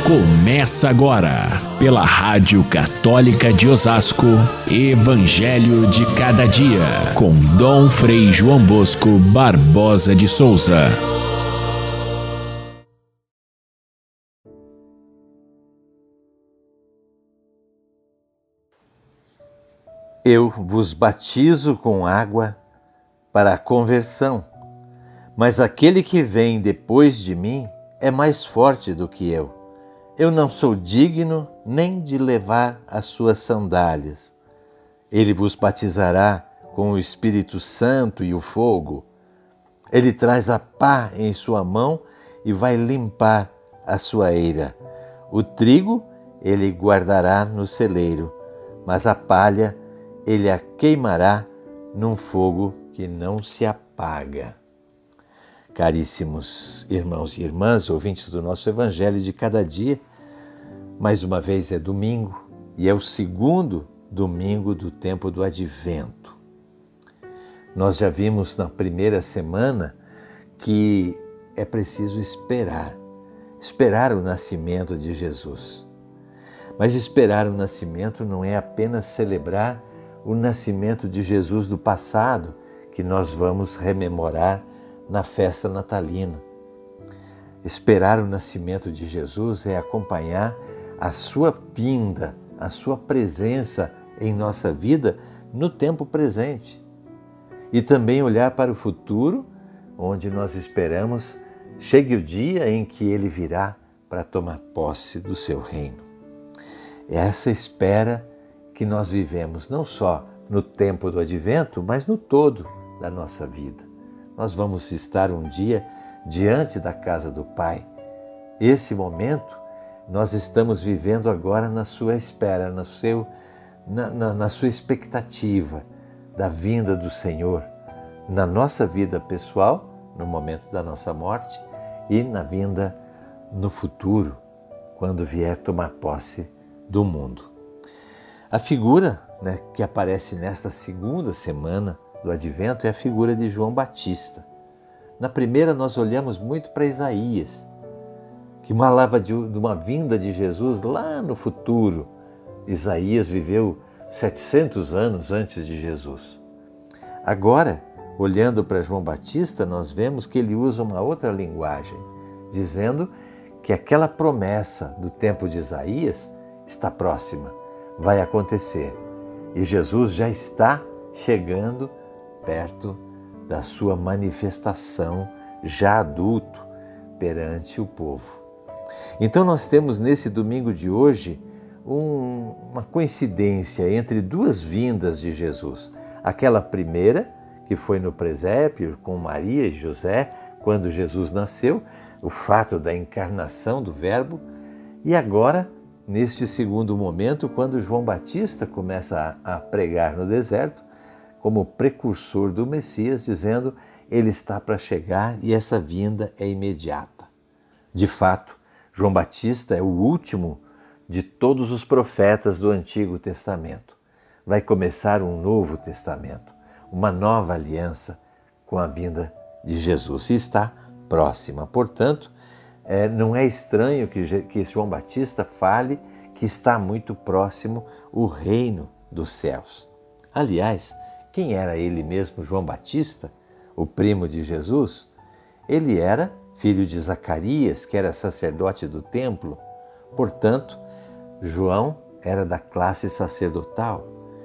Começa agora, pela Rádio Católica de Osasco, Evangelho de Cada Dia, com Dom Frei João Bosco Barbosa de Souza. Eu vos batizo com água para a conversão, mas aquele que vem depois de mim é mais forte do que eu. Eu não sou digno nem de levar as suas sandálias. Ele vos batizará com o Espírito Santo e o fogo. Ele traz a pá em sua mão e vai limpar a sua eira. O trigo ele guardará no celeiro, mas a palha ele a queimará num fogo que não se apaga. Caríssimos irmãos e irmãs, ouvintes do nosso Evangelho de Cada Dia, mais uma vez é domingo e é o segundo domingo do tempo do Advento. Nós já vimos na primeira semana que é preciso esperar o nascimento de Jesus. Mas esperar o nascimento não é apenas celebrar o nascimento de Jesus do passado, que nós vamos rememorar na festa natalina. Esperar o nascimento de Jesus é acompanhar a sua vinda, a sua presença em nossa vida no tempo presente. E também olhar para o futuro, onde nós esperamos chegue o dia em que Ele virá para tomar posse do seu reino. É essa espera que nós vivemos não só no tempo do Advento, mas no todo da nossa vida. Nós vamos estar um dia diante da casa do Pai. Esse momento nós estamos vivendo agora na sua espera, na sua expectativa da vinda do Senhor, na nossa vida pessoal, no momento da nossa morte e na vinda no futuro, quando vier tomar posse do mundo. A figura que aparece nesta segunda semana do Advento é a figura de João Batista. Na primeira nós olhamos muito para Isaías, que falava de uma vinda de Jesus lá no futuro. Isaías viveu 700 anos antes de Jesus. Agora, olhando para João Batista, nós vemos que ele usa uma outra linguagem, dizendo que aquela promessa do tempo de Isaías está próxima, vai acontecer. E Jesus já está chegando perto da sua manifestação, já adulto, perante o povo. Então nós temos nesse domingo de hoje uma coincidência entre duas vindas de Jesus. Aquela primeira, que foi no presépio com Maria e José, quando Jesus nasceu, o fato da encarnação do Verbo, e agora, neste segundo momento, quando João Batista começa a pregar no deserto, como precursor do Messias, dizendo: ele está para chegar e essa vinda é imediata. De fato, João Batista é o último de todos os profetas do Antigo Testamento. Vai começar um novo testamento, uma nova aliança com a vinda de Jesus. E está próxima. Portanto, não é estranho que João Batista fale que está muito próximo o reino dos céus. Aliás, quem era ele mesmo, João Batista, o primo de Jesus? Ele era filho de Zacarias, que era sacerdote do templo. Portanto, João era da classe sacerdotal.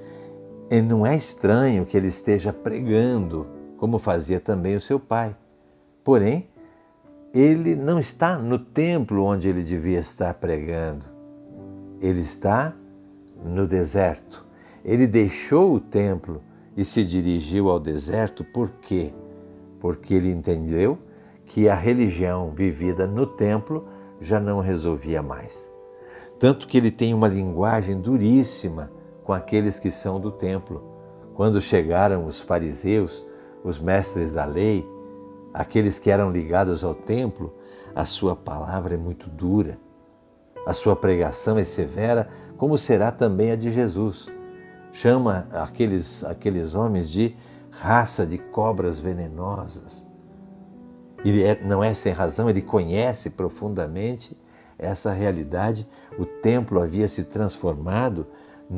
E não é estranho que ele esteja pregando, como fazia também o seu pai. Porém, ele não está no templo onde ele devia estar pregando. Ele está no deserto. Ele deixou o templo e se dirigiu ao deserto. Por quê? Porque ele entendeu que a religião vivida no templo já não resolvia mais. Tanto que ele tem uma linguagem duríssima com aqueles que são do templo. Quando chegaram os fariseus, os mestres da lei, aqueles que eram ligados ao templo, a sua palavra é muito dura. A sua pregação é severa, como será também a de Jesus. Chama aqueles homens de raça de cobras venenosas. Ele não é sem razão, ele conhece profundamente essa realidade, o templo havia se transformado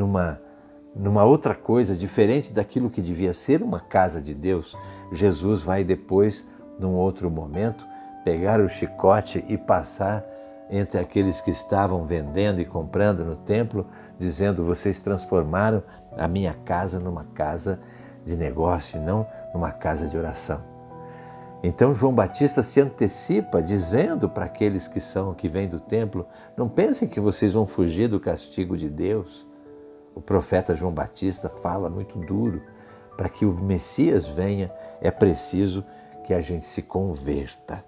numa outra coisa, diferente daquilo que devia ser uma casa de Deus. Jesus vai depois, num outro momento, pegar o chicote e passar entre aqueles que estavam vendendo e comprando no templo, dizendo: vocês transformaram a minha casa numa casa de negócio e não numa casa de oração. Então João Batista se antecipa dizendo para aqueles que vêm do templo: não pensem que vocês vão fugir do castigo de Deus. O profeta João Batista fala muito duro: para que o Messias venha é preciso que a gente se converta.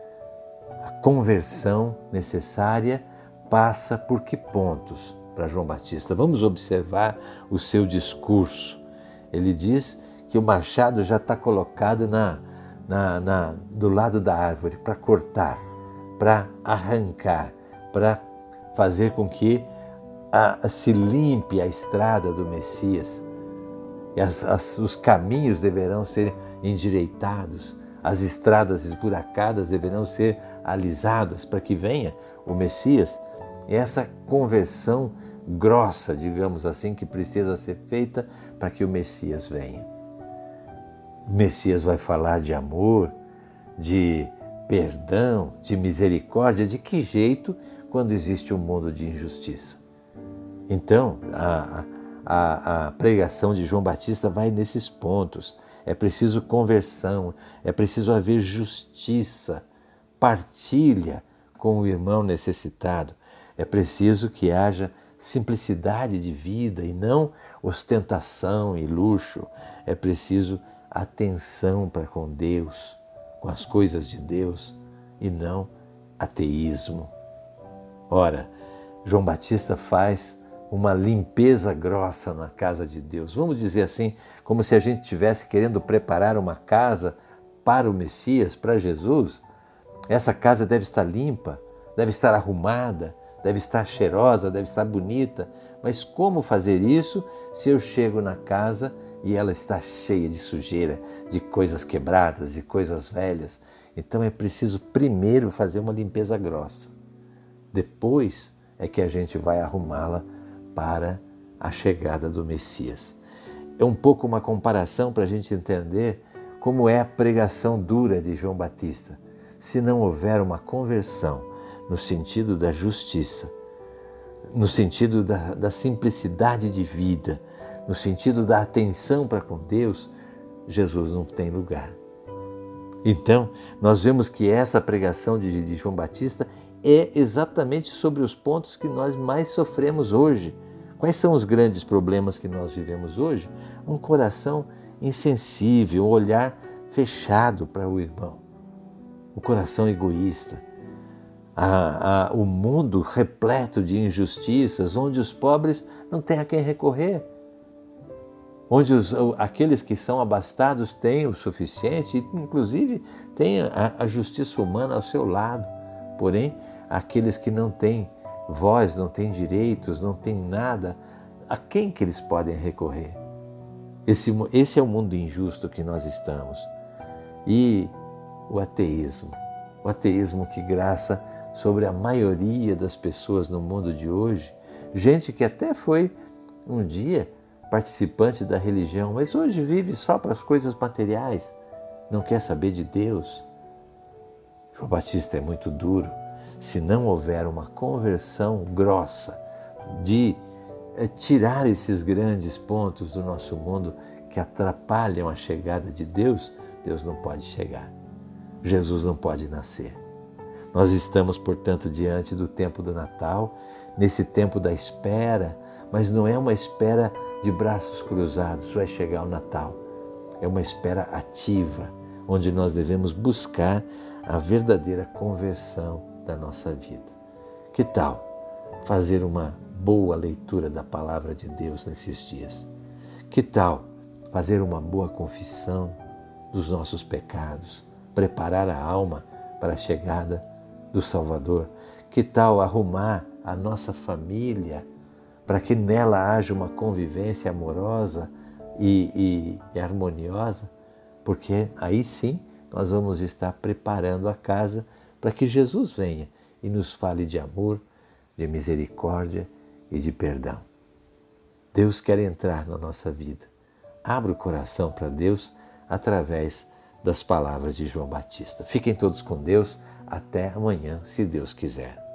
A conversão necessária passa por que pontos para João Batista? Vamos observar o seu discurso. Ele diz que o machado já está colocado do lado da árvore para cortar, para arrancar, para fazer com que se limpe a estrada do Messias. E os caminhos deverão ser endireitados, as estradas esburacadas deverão ser alisadas para que venha o Messias. E essa conversão grossa, digamos assim, que precisa ser feita para que o Messias venha. O Messias vai falar de amor, de perdão, de misericórdia. De que jeito quando existe um mundo de injustiça? Então, a pregação de João Batista vai nesses pontos. É preciso conversão, é preciso haver justiça, partilha com o irmão necessitado. É preciso que haja simplicidade de vida e não ostentação e luxo. É preciso atenção para com Deus, com as coisas de Deus e não ateísmo. Ora, João Batista faz uma limpeza grossa na casa de Deus. Vamos dizer assim, como se a gente estivesse querendo preparar uma casa para o Messias, para Jesus. Essa casa deve estar limpa, deve estar arrumada, deve estar cheirosa, deve estar bonita. Mas como fazer isso se eu chego na casa e ela está cheia de sujeira, de coisas quebradas, de coisas velhas? Então é preciso primeiro fazer uma limpeza grossa. Depois é que a gente vai arrumá-la para a chegada do Messias. É um pouco uma comparação para a gente entender como é a pregação dura de João Batista. Se não houver uma conversão no sentido da justiça, no sentido da simplicidade de vida, no sentido da atenção para com Deus, Jesus não tem lugar. Então, nós vemos que essa pregação de João Batista é exatamente sobre os pontos que nós mais sofremos hoje. Quais são os grandes problemas que nós vivemos hoje? Um coração insensível, um olhar fechado para o irmão, o coração egoísta, o mundo repleto de injustiças, onde os pobres não têm a quem recorrer, onde aqueles que são abastados têm o suficiente e, inclusive, têm a justiça humana ao seu lado. Porém, aqueles que não têm voz, não têm direitos, não têm nada, a quem que eles podem recorrer? Esse é o mundo injusto que nós estamos. E o ateísmo que graça sobre a maioria das pessoas no mundo de hoje, gente que até foi um dia participante da religião, mas hoje vive só para as coisas materiais, não quer saber de Deus. João Batista é muito duro. Se não houver uma conversão grossa de tirar esses grandes pontos do nosso mundo que atrapalham a chegada de Deus, Deus não pode chegar. Jesus não pode nascer. Nós estamos, portanto, diante do tempo do Natal, nesse tempo da espera, mas não é uma espera de braços cruzados, vai chegar o Natal. É uma espera ativa, onde nós devemos buscar a verdadeira conversão da nossa vida. Que tal fazer uma boa leitura da palavra de Deus nesses dias? Que tal fazer uma boa confissão dos nossos pecados, preparar a alma para a chegada do Salvador? Que tal arrumar a nossa família para que nela haja uma convivência amorosa e harmoniosa? Porque aí sim nós vamos estar preparando a casa para que Jesus venha e nos fale de amor, de misericórdia e de perdão. Deus quer entrar na nossa vida. Abra o coração para Deus através das palavras de João Batista. Fiquem todos com Deus. Até amanhã, se Deus quiser.